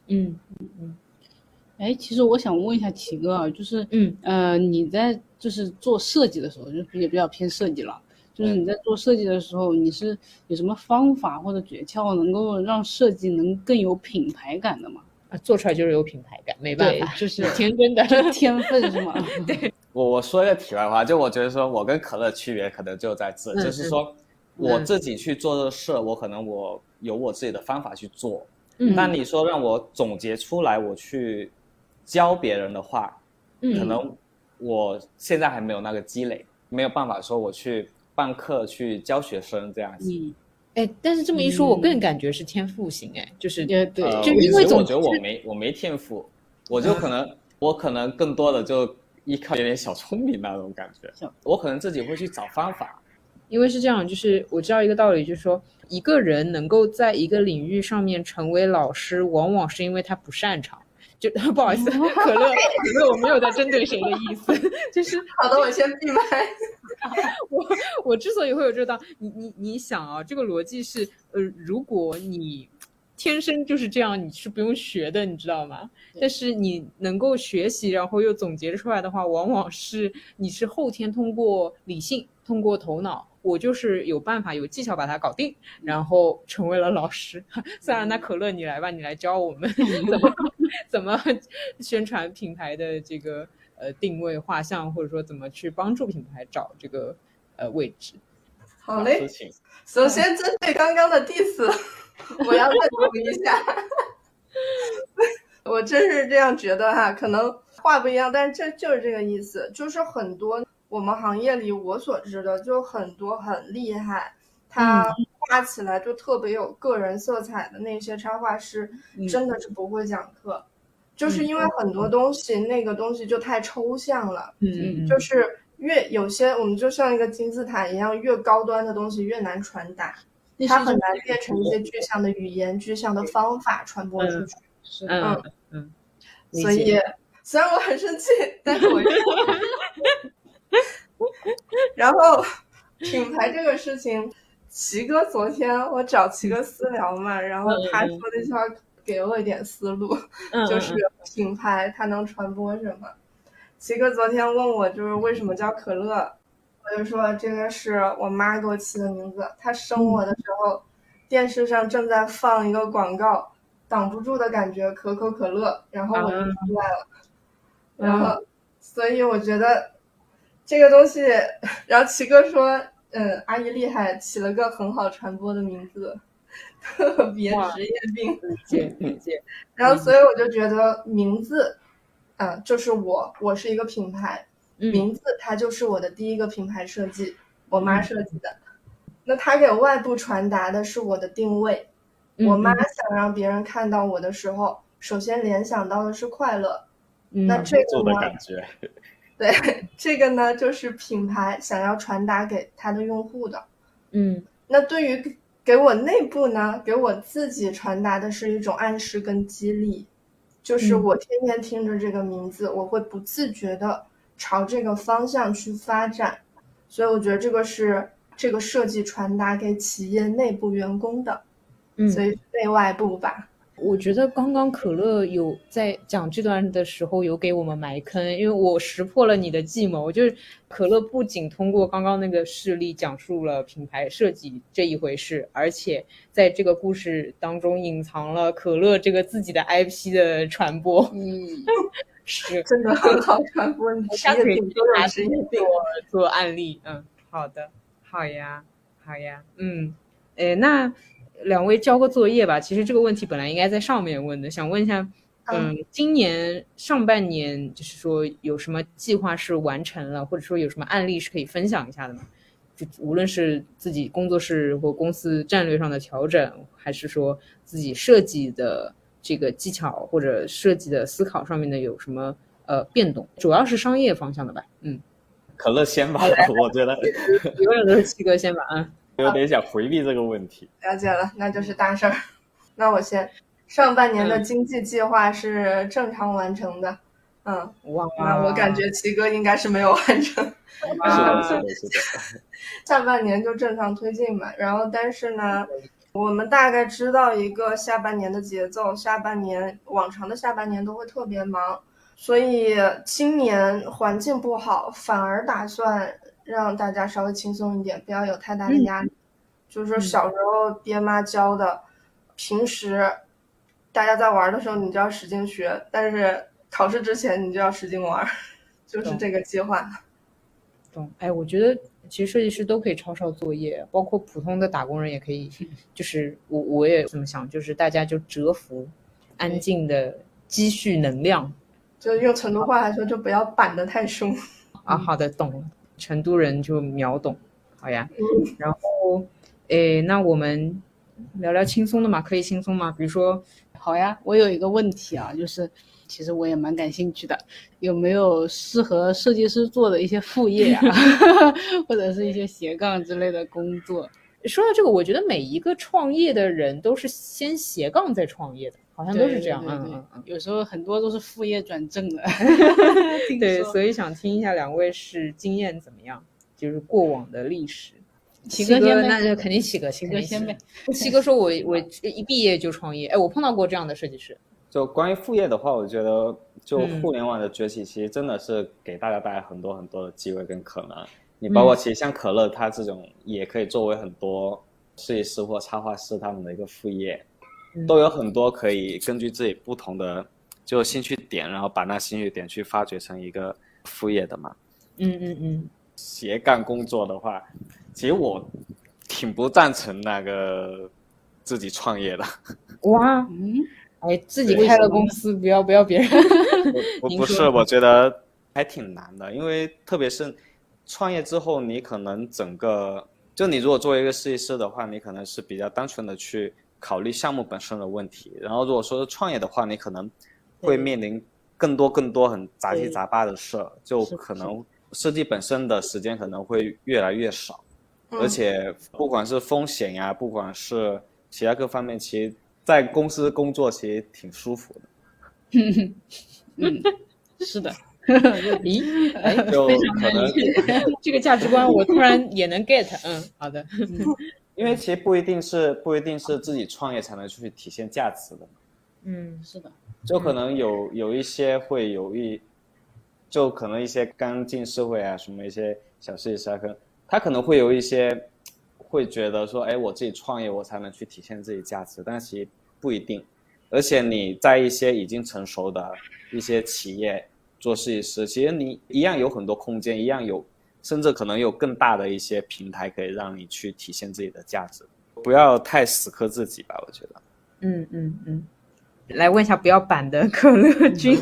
其实我想问一下齐哥啊，就是你在就是做设计的时候，就也比较偏设计了，就是你在做设计的时候，你是有什么方法或者诀窍能够让设计能更有品牌感的吗？ 做出来就是有品牌感，没办法， 就是天真的天分是吗？ 对， 我说一个题外话，就我觉得说我跟可乐区别可能就在这，就是说我自己去做这个事，我可能我有我自己的方法去做，但你说让我总结出来我去教别人的话，可能我现在还没有那个积累，没有办法说我去办课去教学生这样子。 但是这么一说，我更感觉是天赋型，就是对， 就因为我觉得我没天赋，我就我可能更多的就依靠有点小聪明那种感觉，我可能自己会去找方法。 因为是这样，就是我知道一个道理，就是说一个人能够在一个领域上面成为老师，往往是因为他不擅长。就不好意思，可乐，我没有在针对谁的意思，就是好的，我先闭麦。 我之所以会有这道，你想啊，这个逻辑是如果你天生就是这样，你是不用学的，你知道吗？但是你能够学习，然后又总结出来的话，往往是你是后天通过理性，通过头脑，我就是有办法有技巧把它搞定，然后成为了老师。算了，那可乐你来吧，你来教我们怎么宣传品牌的这个定位画像，或者说怎么去帮助品牌找这个位置。 好嘞，首先针对刚刚的 diss 我要认同一下我真是这样觉得哈，可能话不一样，但是这就是这个意思，就是很多我们行业里我所知的就很多很厉害，他画起来就特别有个人色彩的那些插画师真的是不会讲课，就是因为很多东西那个东西就太抽象了，就是越有些我们就像一个金字塔一样，越高端的东西越难传达，它很难变成一些具象的语言、具象的方法传播出去。所以虽然我很生气，但是我然后品牌这个事情，齐哥昨天我找齐哥私聊嘛，然后他说的一句话给我一点思路，就是品牌它能传播什么。齐哥昨天问我就是为什么叫可乐，我就说这个是我妈给我起的名字，她生我的时候电视上正在放一个广告，挡不住的感觉可口可乐，然后我就出来了，然后所以我觉得这个东西，然后齐哥说阿姨厉害，起了个很好传播的名字， 特别职业病。 理解。 然后所以我就觉得名字，就是我是一个品牌，名字它就是我的第一个品牌设计，我妈设计的。那它给外部传达的是我的定位。我妈想让别人看到我的时候，首先联想到的是快乐。那这个做的感觉。 对，这个呢就是品牌想要传达给它的用户的。那对于给我内部呢，给我自己传达的是一种暗示跟激励，就是我天天听着这个名字，我会不自觉的朝这个方向去发展。所以我觉得这个是这个设计传达给企业内部员工的，所以内外部吧。 我觉得刚刚可乐有在讲这段的时候有给我们埋坑，因为我识破了你的计谋，就是可乐不仅通过刚刚那个事例讲述了品牌设计这一回事，而且在这个故事当中隐藏了可乐这个自己的 IP 的传播。是真的很好传播，你职业病都有职业病做案例。好的，好呀。那两位交个作业吧。其实这个问题本来应该在上面问的，想问一下，今年上半年就是说有什么计划是完成了，或者说有什么案例是可以分享一下的吗？就无论是自己工作室或公司战略上的调整，还是说自己设计的这个技巧或者设计的思考上面的有什么变动，主要是商业方向的吧。 可乐先吧，我觉得永远都是七哥先吧。 有点想回避这个问题。 了解了，那就是大事儿。那我先，上半年的经济计划是正常完成的。 哇， 那我感觉齐哥应该是没有完成。 是的。 下半年就正常推进嘛，然后但是呢，我们大概知道一个下半年的节奏，下半年往常的下半年都会特别忙，所以今年环境不好，反而打算让大家稍微轻松一点，不要有太大的压力。就是说小时候爹妈教的，平时大家在玩的时候你就要使劲学，但是考试之前你就要使劲玩，就是这个计划。 懂。我觉得其实设计师都可以抄作业，包括普通的打工人也可以。就是我也这么想，就是大家就蛰伏，安静的积蓄能量。 就用成都话来说，就不要板得太凶。 好的，懂了。成都人就秒懂。好呀。然后那我们聊聊轻松的嘛，可以轻松吗？比如说， 好呀，我有一个问题啊，就是其实我也蛮感兴趣的，有没有适合设计师做的一些副业啊，或者是一些斜杠之类的工作？ 说到这个，我觉得每一个创业的人都是先斜杠再创业的，好像都是这样。 有时候很多都是副业转正的。 对，所以想听一下两位是经验怎么样，就是过往的历史。 七哥先呗， 那就肯定七哥先呗。 七哥说我一毕业就创业，我碰到过这样的设计师。 就关于副业的话，我觉得就互联网的崛起，其实真的是给大家带来很多很多的机会跟可能。你包括其实像可乐，他这种也可以作为很多设计师或插画师他们的一个副业，都有很多可以根据自己不同的就兴趣点，然后把那兴趣点去发掘成一个副业的嘛。斜杠工作的话，其实我挺不赞成那个自己创业的。 哇，自己开了公司，不要别人。 不是，我觉得还挺难的，因为特别是创业之后，你可能整个就你如果作为一个设计师的话，你可能是比较单纯的去考虑项目本身的问题，然后如果说是创业的话，你可能会面临更多很杂七杂八的事，就可能设计本身的时间可能会越来越少，而且不管是风险呀，不管是其他各方面，其实在公司工作其实挺舒服的。 是的。 咦， 就可能这个价值观我突然也能 get。好的。 因为其实不一定是自己创业才能去体现价值的。 是的。 就可能有一些会就可能一些刚进社会啊，什么一些小设计师啊，他可能会有一些会觉得说，我自己创业我才能去体现自己价值，但其实不一定。而且你在一些已经成熟的一些企业做设计师，其实你一样有很多空间，一样有甚至可能有更大的一些平台可以让你去体现自己的价值。 不要太死磕自己吧，我觉得。 来问一下不要板的可乐君。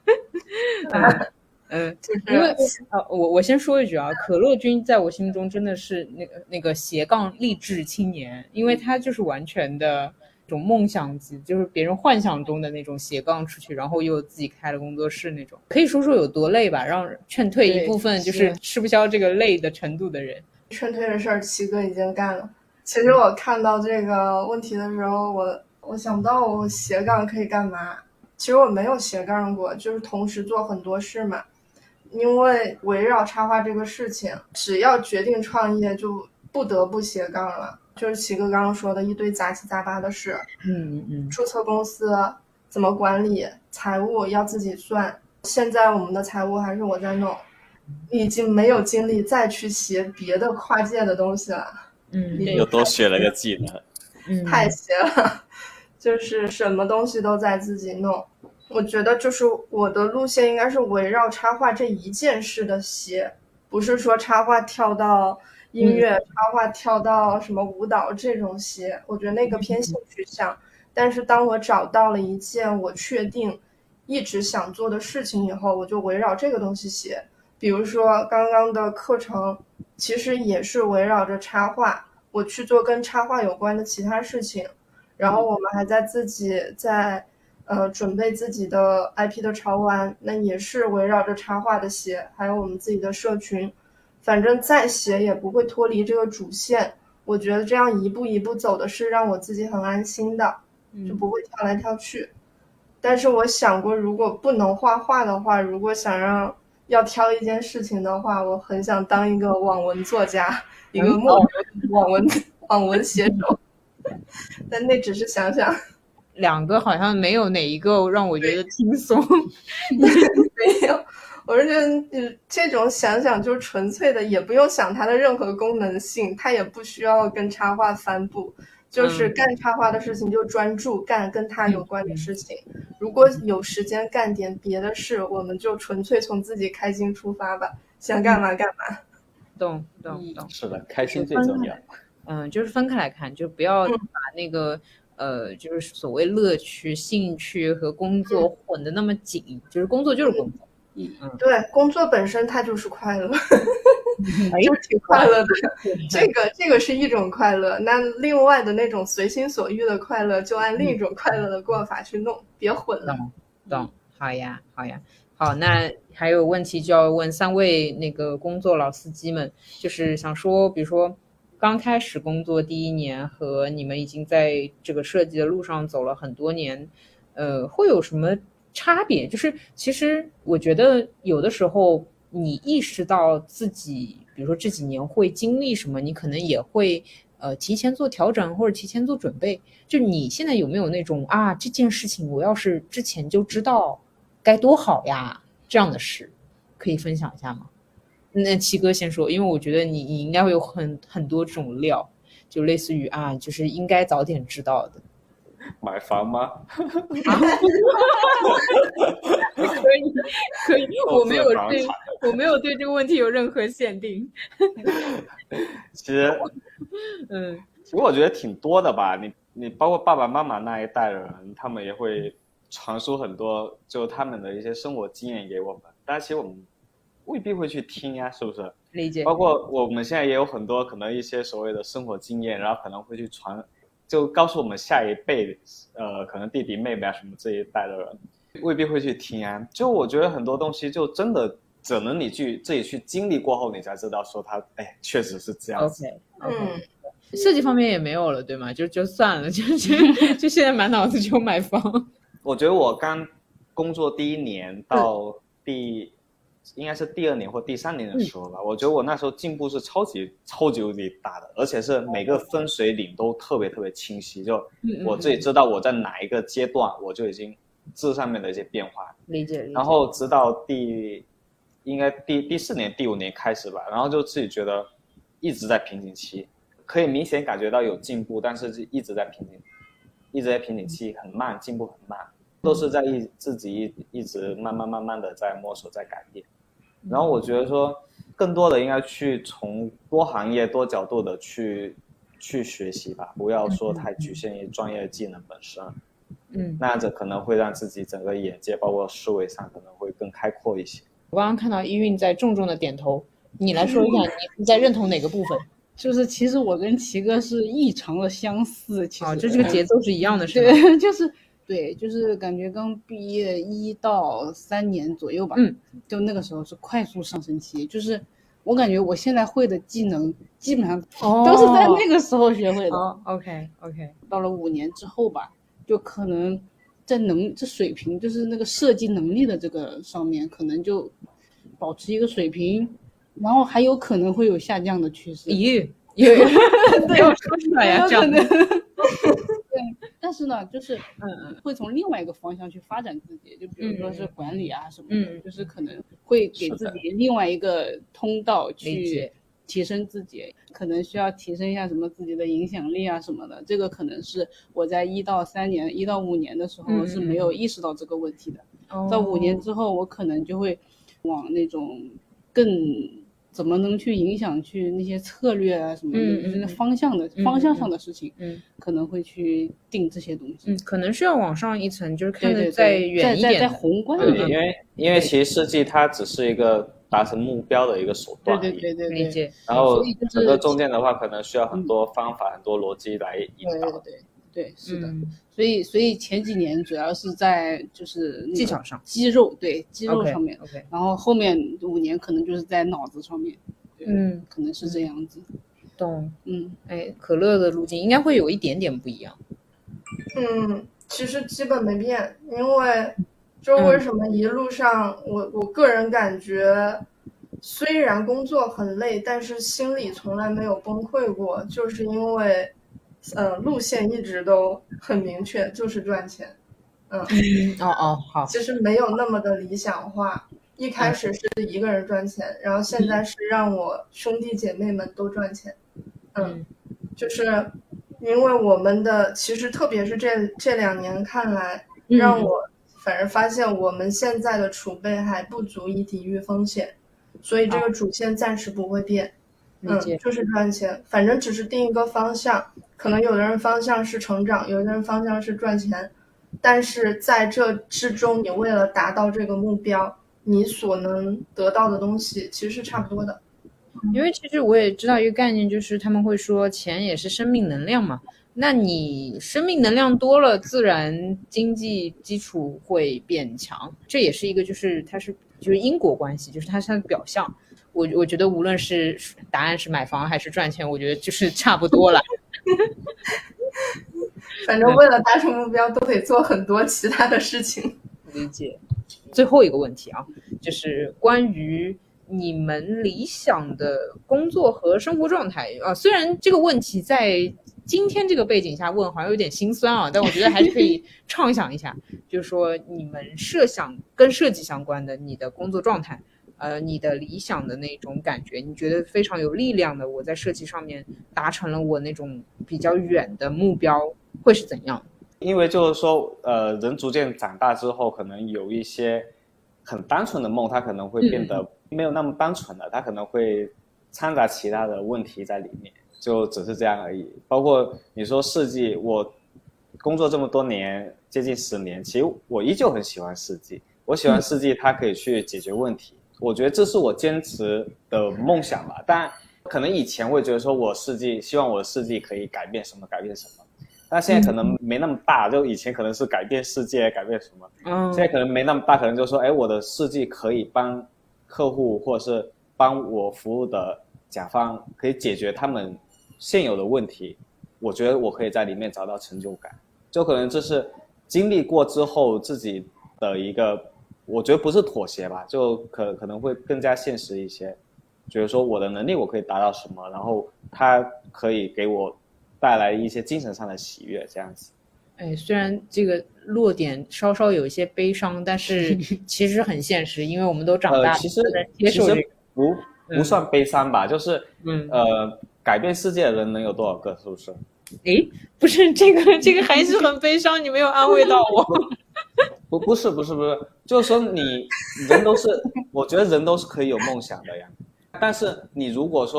因为我先说一句啊，可乐君在我心中真的是那个斜杠励志青年，因为他就是完全的这种梦想级，就是别人幻想中的那种斜杠出去，然后又自己开了工作室那种。可以说说有多累吧，让劝退一部分就是吃不消这个累的程度的人。 劝退的事儿七哥已经干了。其实我看到这个问题的时候，我想不到我斜杠可以干嘛。其实我没有斜杠过，就是同时做很多事嘛。因为围绕插画这个事情，只要决定创业就不得不斜杠了。就是齐哥刚刚说的一堆杂七杂八的事，注册公司怎么管理，财务要自己算。现在我们的财务还是我在弄，已经没有精力再去学别的跨界的东西了。 又多学了个技能，太斜了，就是什么东西都在自己弄。我觉得就是我的路线应该是围绕插画这一件事的斜，不是说插画跳到音乐，插画跳到什么舞蹈这种斜。我觉得那个偏兴趣向。但是当我找到了一件我确定一直想做的事情以后，我就围绕这个东西写。比如说刚刚的课程其实也是围绕着插画，我去做跟插画有关的其他事情，然后我们还在自己在准备自己的 IP 的潮玩，那也是围绕着插画的写，还有我们自己的社群，反正再写也不会脱离这个主线。我觉得这样一步一步走的是让我自己很安心的，就不会跳来跳去。但是我想过，如果不能画画的话，如果要挑一件事情的话，我很想当一个网文作家，一个网文写手，但那只是想想。 两个好像没有哪一个让我觉得轻松。 没有，我是觉得这种想想就是纯粹的，也不用想它的任何功能性，它也不需要跟插画帆布，就是干插画的事情就专注干跟它有关的事情。如果有时间干点别的事，我们就纯粹从自己开心出发吧，想干嘛干嘛。 懂。 是的，开心最重要。 就是分开来看，就不要把那个就是所谓乐趣、兴趣和工作混得那么紧，就是工作就是工作。 对，工作本身它就是快乐，就是挺快乐的。这个是一种快乐，那另外的那种随心所欲的快乐，就按另一种快乐的过法去弄，别混了。 懂，好呀。好，那还有问题就要问三位那个工作老司机们，就是想说，比如说刚开始工作第一年和你们已经在这个设计的路上走了很多年，会有什么差别？就是其实我觉得有的时候你意识到自己，比如说这几年会经历什么，你可能也会提前做调整或者提前做准备。就你现在有没有那种这件事情我要是之前就知道该多好呀这样的事，可以分享一下吗？那七哥先说，因为我觉得你应该会有很多这种料，就类似于就是应该早点知道的。 买房吗？ 可以，我没有对这个问题有任何限定。 其实我觉得挺多的吧。你包括爸爸妈妈那一代的人，他们也会传输很多就他们的一些生活经验给我们，但其实我们未必会去听呀，是不是？ 理解。 包括我们现在也有很多可能一些所谓的生活经验，然后可能会去传，就告诉我们下一辈，可能弟弟妹妹什么这一代的人，未必会去听啊。就我觉得很多东西就真的只能你自己去经历过后，你才知道说它，确实是这样子。 OK。设计方面也没有了，对吗？就算了，就现在满脑子就买房。 我觉得我刚工作第一年到应该是第二年或第三年的时候吧，我觉得我那时候进步是超级无敌大的，而且是每个分水岭都特别特别清晰，就我自己知道我在哪一个阶段，我就已经这上面的一些变化。 理解。 然后直到应该第4年第5年开始吧，然后就自己觉得一直在瓶颈期，可以明显感觉到有进步，但是一直在瓶颈期，很慢，进步很慢，都是在自己一直慢慢的在摸索，在改变。然后我觉得说更多的应该去从多行业多角度的去去学习吧，不要说太局限于专业技能本身。那样子可能会让自己整个眼界包括思维上可能会更开阔一些。 我刚刚看到依韵在重重的点头，你来说一下你在认同哪个部分？ 就是其实我跟齐哥是异常的相似，其实就这个节奏是一样的，是吧？ 对，就是感觉刚毕业1到3年左右吧，就那个时候是快速上升期，就是我感觉我现在会的技能基本上都是在那个时候学会的。 OK， 到了5年之后吧，就可能在这水平，就是那个设计能力的这个上面，可能就保持一个水平，然后还有可能会有下降的趋势。 有对，我说出来呀，这样对，但是呢，就是会从另外一个方向去发展自己，就比如说是管理啊什么的，就是可能会给自己另外一个通道去提升自己，可能需要提升一下什么自己的影响力啊什么的。这个可能是我在1到3年、1到5年的时候是没有意识到这个问题的。到5年之后，我可能就会往那种更怎么能去影响去那些策略啊什么的，就是方向上的事情，可能会去定这些东西。 可能是要往上一层，就是看得再远一点， 再宏观一点。 因为其实设计它只是一个达成目标的一个手段。 对， 理解。 然后整个中间的话，可能需要很多方法、很多逻辑来引导。 对，是的。所以前几年主要是在就是技巧上， 肌肉上面， OK， 然后后面5年可能就是在脑子上面，可能是这样子。 懂。可乐的路径应该会有一点点不一样。 其实基本没变，因为就为什么一路上我个人感觉，虽然工作很累，但是心里从来没有崩溃过，就是因为路线一直都很明确，就是赚钱。 好， 其实没有那么的理想化。一开始是一个人赚钱，然后现在是让我兄弟姐妹们都赚钱。就是因为我们的其实特别是这2年看来，让我反正发现我们现在的储备还不足以抵御风险，所以这个主线暂时不会变。就是赚钱，反正只是定一个方向，可能有的人方向是成长，有的人方向是赚钱，但是在这之中，你为了达到这个目标，你所能得到的东西其实是差不多的。 因为其实我也知道一个概念，就是他们会说钱也是生命能量嘛，那你生命能量多了，自然经济基础会变强，这也是一个就是它是就是因果关系，就是它是表象。我觉得无论是答案是买房还是赚钱，我觉得就是差不多了。 反正为了达成目标，都得做很多其他的事情。 理解。最后一个问题啊，就是关于你们理想的工作和生活状态啊。虽然这个问题在今天这个背景下问好像有点心酸啊，但我觉得还是可以畅想一下，就是说你们设想跟设计相关的你的工作状态。你的理想的那种感觉，你觉得非常有力量的，我在设计上面达成了我那种比较远的目标，会是怎样？ 因为就是说，人逐渐长大之后，可能有一些很单纯的梦，它可能会变得没有那么单纯了，它可能会掺杂其他的问题在里面，就只是这样而已。包括你说设计，我工作这么多年，接近10年，其实我依旧很喜欢设计。我喜欢设计，它可以去解决问题。我觉得这是我坚持的梦想吧，但可能以前会觉得说我设计，希望我的设计可以改变什么，但现在可能没那么大，就以前可能是改变世界，改变什么，现在可能没那么大，可能就是说，我的设计可以帮客户或者是帮我服务的甲方可以解决他们现有的问题，我觉得我可以在里面找到成就感，就可能这是经历过之后自己的一个。我觉得不是妥协吧，就可能会更加现实一些，觉得说我的能力我可以达到什么，然后它可以给我带来一些精神上的喜悦，这样子。 虽然这个落点稍稍有一些悲伤，但是其实很现实，因为我们都长大了， 其实不算悲伤吧，就是改变世界的人能有多少个，是不是？ 不是这个还是很悲伤，你没有安慰到我。 不是，就是说人都是，我觉得人都是可以有梦想的呀。但是你如果说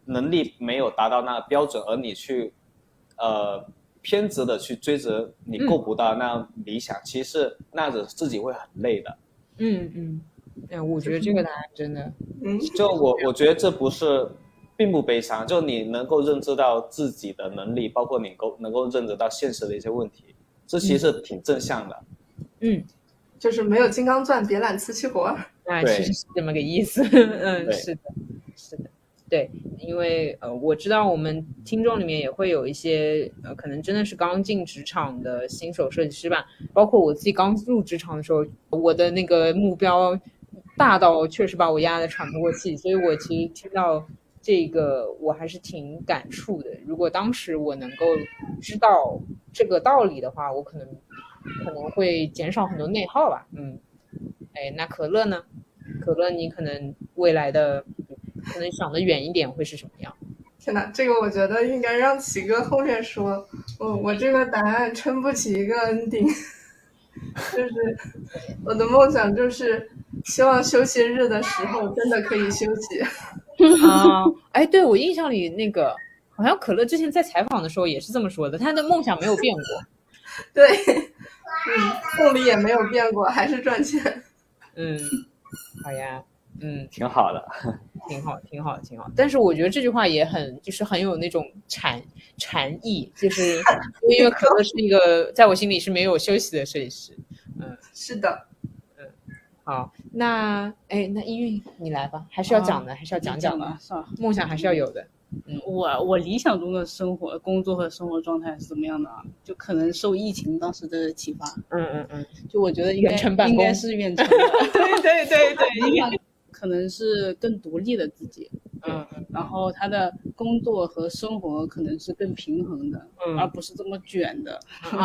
能力没有达到那个标准，而你去偏执的去追着你够不到那理想，其实那样子自己会很累的。 我觉得这个答案真的， 就我觉得这并不悲伤，就你能够认知到自己的能力，包括你能够认知到现实的一些问题，这其实挺正向的。 就是没有金刚钻别揽瓷器活。 其实是这么个意思。是的，对，因为我知道我们听众里面也会有一些可能真的是刚进职场的新手设计师吧，包括我自己刚入职场的时候，我的那个目标大到确实把我压得喘不过气，所以我其实听到这个我还是挺感触的。如果当时我能够知道这个道理的话，我可能会减少很多内耗吧。那可乐呢？可乐你可能未来的可能想得远一点会是什么样？ 天哪，这个我觉得应该让奇哥后面说。我这个答案撑不起一个 ending。就是我的梦想就是希望休息日的时候真的可以休息。 对，我印象里那个好像可乐之前在采访的时候也是这么说的，他的梦想没有变过。 对，动力也没有变过，还是赚钱。 好呀， 挺好的， 挺好。但是我觉得这句话也就是很有那种禅意，就是因为可乐是一个在我心里是没有休息的设计师。 是的。 好，那依韵你来吧，还是要讲的，还是要讲的，梦想还是要有的。 我理想中的工作和生活状态是怎么样的啊？就可能受疫情当时的启发。就我觉得应该是远程的。对，应该可能是更独立的自己。然后他的工作和生活可能是更平衡的，而不是这么卷的。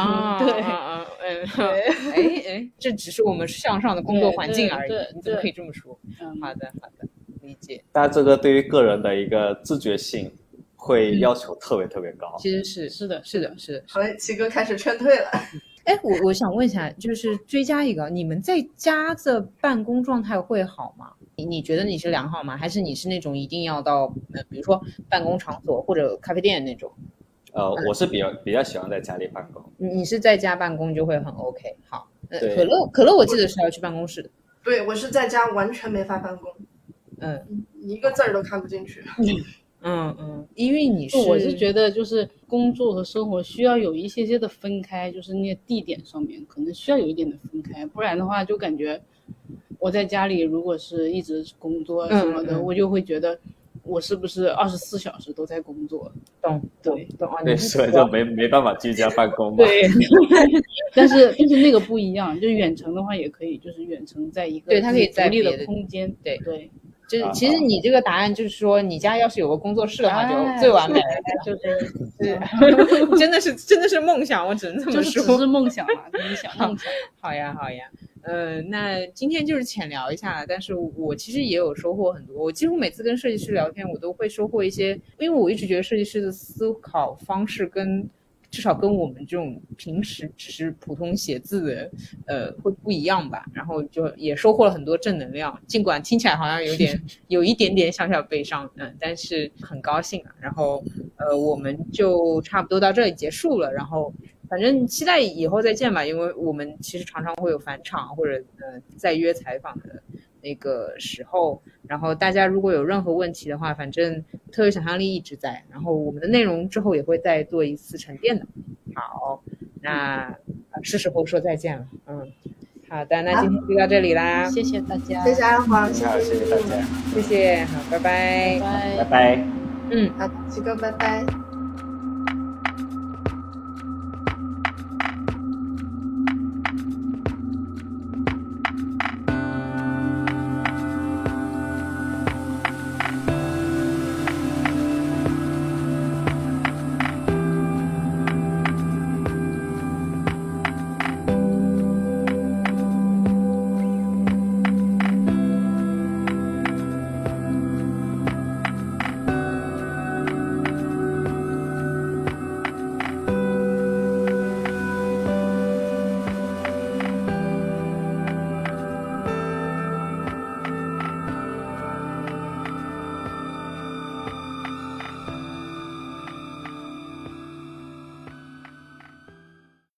对，这只是我们向上的工作环境而已。你怎么可以这么说？好的，理解。 但这个对于个人的一个自觉性会要求特别特别高。 其实是的。 好嘞，奇哥开始劝退了。 我想问一下，就是追加一个，你们在家的办公状态会好吗？你觉得你是良好吗？还是你是那种一定要到比如说办公场所或者咖啡店那种？ 我是比较喜欢在家里办公。 你是在家办公就会很 OK。好，可乐我记得是要去办公室的。 对，我是在家完全没法办公。一个字儿都看不进去。 因为我是觉得就是工作和生活需要有一些的分开，就是那个地点上面可能需要有一点的分开，不然的话就感觉我在家里如果是一直工作什么的，我就会觉得我是不是24小时都在工作。懂。 对，所以就没办法居家办公嘛。 对。但是那个不一样，就远程的话也可以，就是远程在一个对，它可以在独立的空间。对。 就是其实你这个答案就是说，你家要是有个工作室的话，就最完美了。 就这个， 真的是梦想，我只能这么说。 只是梦想嘛，梦想。 好呀。那今天就是浅聊一下，但是我其实也有收获很多。我几乎每次跟设计师聊天，我都会收获一些，因为我一直觉得设计师的思考方式至少跟我们这种平时只是普通写字的会不一样吧，然后就也收获了很多正能量，尽管听起来好像有一点点小小悲伤，但是很高兴啊。然后我们就差不多到这里结束了，然后反正期待以后再见吧，因为我们其实常常会有返场或者再约采访的那个时候，然后大家如果有任何问题的话，反正特有想象力一直在，然后我们的内容之后也会再做一次沉淀的。好，那是时候说再见了。好的，那今天就到这里啦， 谢谢大家， 谢谢阿黄，谢谢大家， 谢谢，好，拜拜， 拜拜， 好，奇哥，拜拜。